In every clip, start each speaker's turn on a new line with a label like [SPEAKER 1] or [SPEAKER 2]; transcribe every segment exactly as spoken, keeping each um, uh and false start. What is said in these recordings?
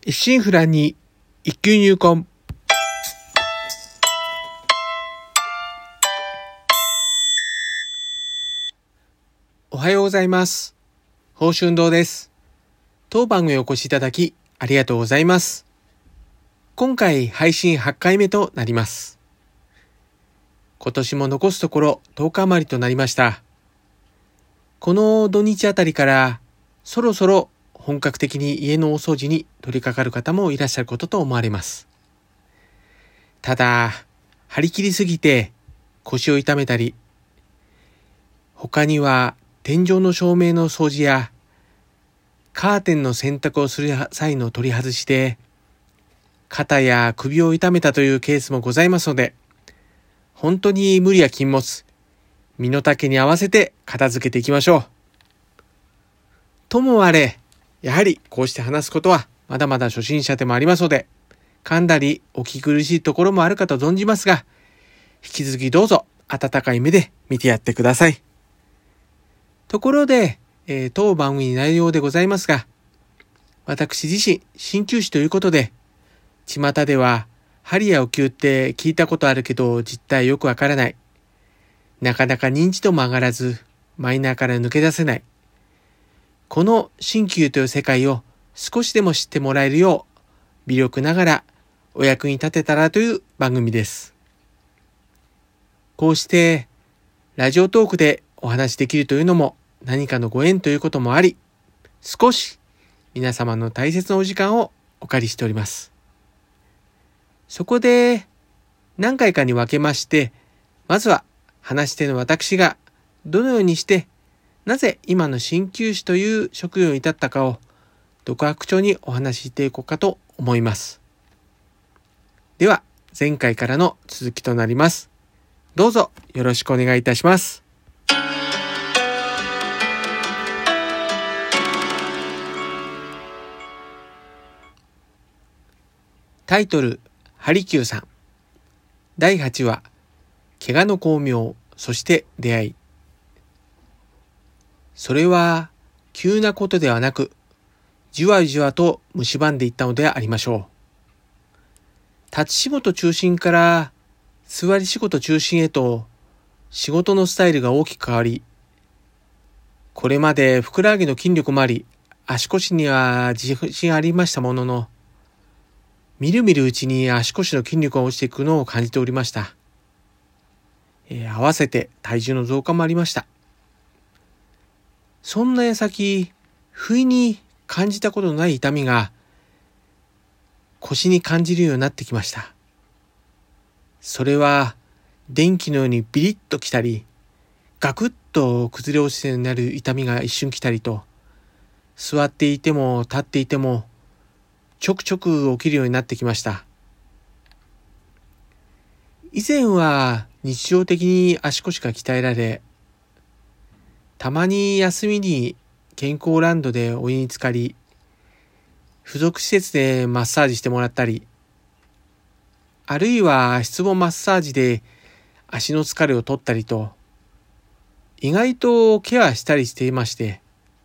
[SPEAKER 1] 一心不乱に一級入魂。おはようございます。宝春堂です。当番組お越しいただきありがとうございます。今回配信はちかいめとなります。今年も残すところとおか余りとなりました。この土日あたりからそろそろ本格的に家の大掃除に取り掛かる方もいらっしゃることと思われます。ただ、張り切りすぎて腰を痛めたり、他には天井の照明の掃除やカーテンの洗濯をする際の取り外しで肩や首を痛めたというケースもございますので、本当に無理や禁物、身の丈に合わせて片付けていきましょう。ともあれ、やはりこうして話すことはまだまだ初心者でもありますので、噛んだりお聞き苦しいところもあるかと存じますが、引き続きどうぞ温かい目で見てやってください。ところで、えー、当番組内容でございますが、私自身鍼灸師ということで、巷では針やお灸って聞いたことあるけど実態よくわからない、なかなか認知度も上がらずマイナーから抜け出せない、この鍼灸という世界を少しでも知ってもらえるよう微力ながらお役に立てたらという番組です。こうしてラジオトークでお話しできるというのも何かのご縁ということもあり、少し皆様の大切なお時間をお借りしております。そこで何回かに分けまして、まずは話し手の私がどのようにしてなぜ今の鍼灸師という職業に至ったかを独白調にお話ししていこうかと思います。では前回からの続きとなります。どうぞよろしくお願いいたします。タイトル、ハリキューさん。だいはちわ、怪我の巧妙、そして出会い。それは急なことではなく、じわじわと蝕んでいったのでありましょう。立ち仕事中心から座り仕事中心へと仕事のスタイルが大きく変わり、これまでふくらはぎの筋力もあり、足腰には自信ありましたものの、みるみるうちに足腰の筋力が落ちていくのを感じておりました。えー、合わせて体重の増加もありました。そんな矢先、不意に感じたことのない痛みが腰に感じるようになってきました。それは電気のようにビリッときたり、ガクッと崩れ落ちてなる痛みが一瞬きたりと、座っていても立っていてもちょくちょく起きるようになってきました。以前は日常的に足腰が鍛えられ、たまに休みに健康ランドでお湯に浸かり、付属施設でマッサージしてもらったり、あるいは足つぼマッサージで足の疲れを取ったりと、意外とケアしたりしていまして、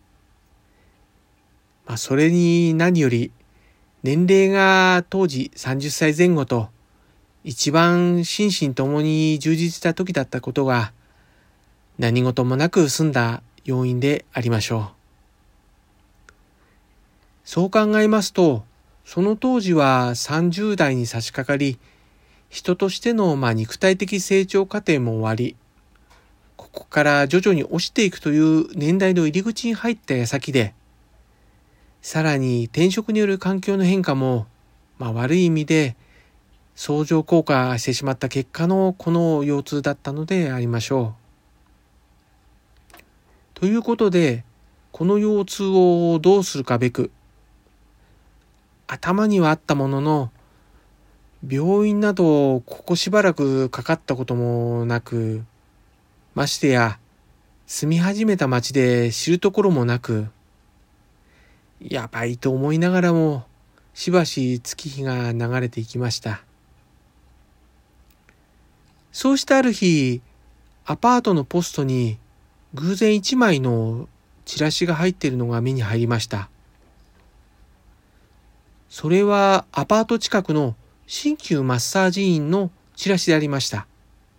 [SPEAKER 1] まあ、それに何より年齢が当時さんじゅっさいぜん後と一番心身ともに充実した時だったことが何事もなく済んだ要因でありましょう。そう考えますと、その当時はさんじゅうだいに差し掛かり、人としてのまあ肉体的成長過程も終わり、ここから徐々に落ちていくという年代の入り口に入った矢先で、さらに転職による環境の変化も、まあ、悪い意味で相乗効果してしまった結果のこの腰痛だったのでありましょう。ということで、この腰痛をどうするかべく、頭にはあったものの、病院などここしばらくかかったこともなく、ましてや住み始めた町で知るところもなく、やばいと思いながらもしばし月日が流れていきました。そうしたある日、アパートのポストに偶然一枚のチラシが入っているのが目に入りました。 それはアパート近くの鍼灸マッサージ院のチラシでありました。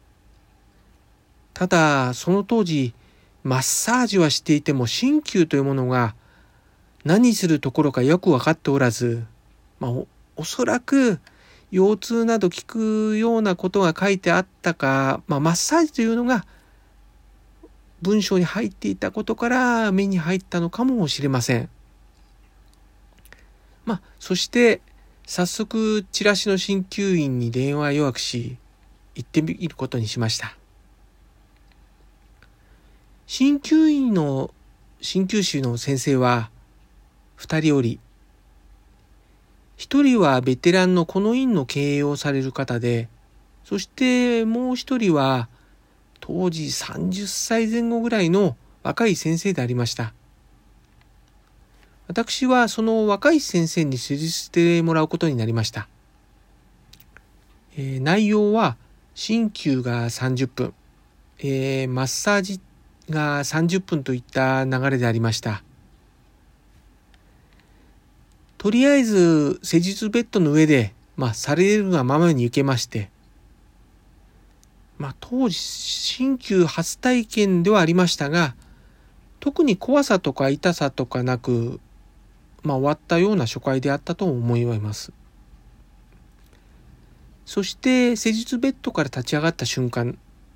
[SPEAKER 1] ただ、その当時、マッサージはしていても鍼灸というものが何するところかよく分かっておらず、まあ、お, おそらく腰痛など効くようなことが書いてあったか、まあ、マッサージというのが文章に入っていたことから目に入ったのかもしれません。まあ、そして早速チラシの鍼灸院に電話予約し、行ってみることにしました。鍼灸院の鍼灸師の先生は二人おり、一人はベテランのこの院の経営をされる方で、そしてもう一人は当時さんじゅっさいぜん後ぐらいの若い先生でありました。私はその若い先生に施術してもらうことになりました。えー、内容は鍼灸がさんじゅっぷん、えー、マッサージがさんじゅっぷんといった流れでありました。とりあえず施術ベッドの上で、まあ、されるがままに受けまして、まあ、当時鍼灸初体験ではありましたが、特に怖さとか痛さとかなく、まあ、終わったような初回であったと思います。そして施術ベッドから立ち上がった瞬間、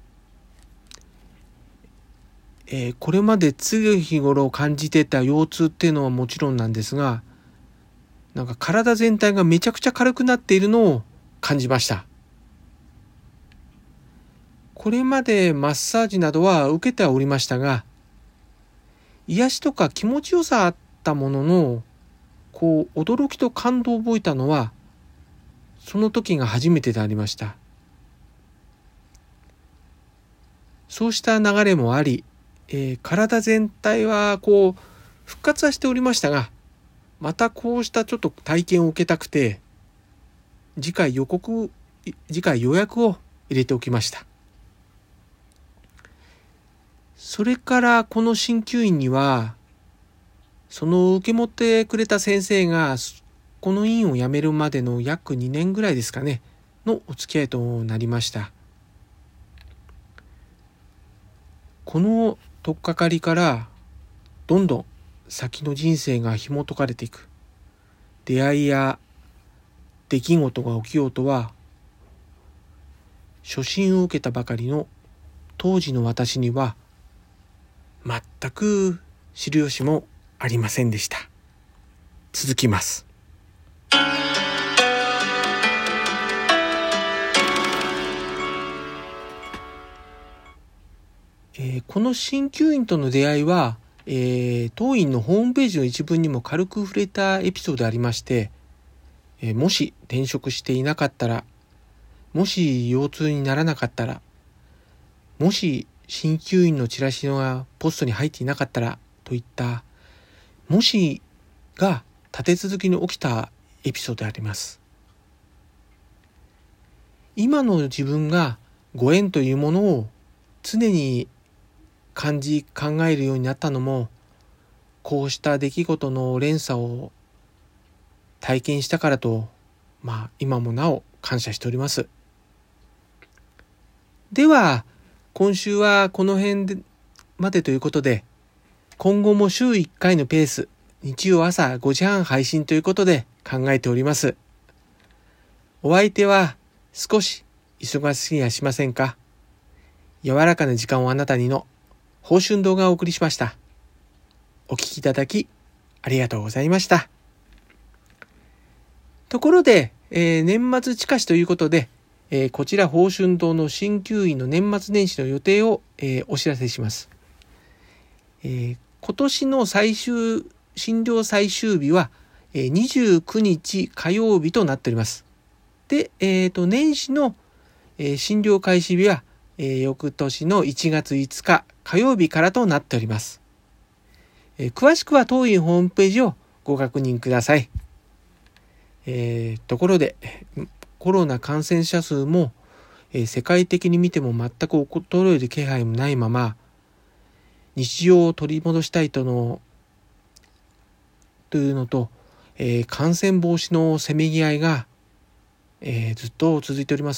[SPEAKER 1] えー、これまで常日頃感じてた腰痛っていうのはもちろんなんですが、なんか体全体がめちゃくちゃ軽くなっているのを感じました。これまでマッサージなどは受けてはおりましたが、癒しとか気持ちよさあったものの、こう驚きと感動を覚えたのはその時が初めてでありました。そうした流れもあり、えー、体全体はこう復活はしておりましたが、またこうしたちょっと体験を受けたくて、次回予告次回予約を入れておきました。それからこの鍼灸院には、その受け持ってくれた先生がこの院を辞めるまでの約にねんぐらいですかねのお付き合いとなりました。この取っかかりからどんどん先の人生が紐解かれていく。出会いや出来事が起きようとは、初診を受けたばかりの当時の私には全く知る由もありませんでした。続きます。えー、この鍼灸院との出会いは、えー、当院のホームページの一文にも軽く触れたエピソードでありまして、えー、もし転職していなかったら、もし腰痛にならなかったら、もし鍼灸院のチラシがポストに入っていなかったらといったもしが立て続けに起きたエピソードであります。今の自分がご縁というものを常に感じ考えるようになったのも、こうした出来事の連鎖を体験したからと、まあ今もなお感謝しております。では今週はこの辺でまでということで、今後も週いっかいのペース、日曜朝ごじはん配信ということで考えております。お相手は少し忙しすぎやしませんか？柔らかな時間をあなたにの報春動画をお送りしました。お聞きいただきありがとうございました。ところで、えー、年末近しということで、えー、こちら報春堂の鍼灸院の年末年始の予定を、えー、お知らせします。えー、今年の最終診療最終日は、えー、にじゅうくにち火曜日となっております。で、えー、と年始の、えー、診療開始日は、えー、翌年のいちがついつか火曜日からとなっております。えー、詳しくは当院ホームページをご確認ください。えー、ところでコロナ感染者数も、えー、世界的に見ても全く衰える気配もないまま、日常を取り戻したいとのというのと、 えー、感染防止のせめぎ合いが、えー、ずっと続いております。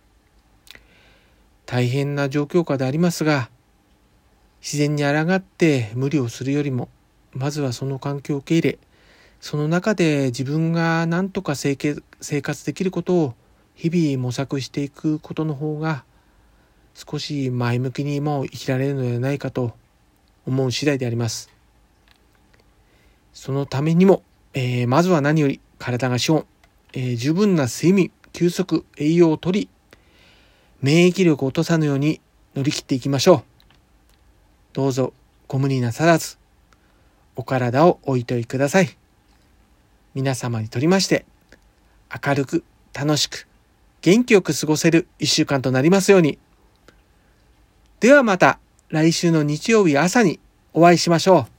[SPEAKER 1] 大変な状況下でありますが、自然に抗って無理をするよりも、まずはその環境を受け入れ、その中で自分が何とか生活できることを日々模索していくことの方が、少し前向きにも生きられるのではないかと思う次第であります。そのためにも、えー、まずは何より体が資本、えー、十分な睡眠、休息、栄養をとり、免疫力を落とさぬように乗り切っていきましょう。どうぞご無理なさらず、お体をおいといください。皆様にとりまして、明るく楽しく元気よく過ごせる一週間となりますように。ではまた来週の日曜日朝にお会いしましょう。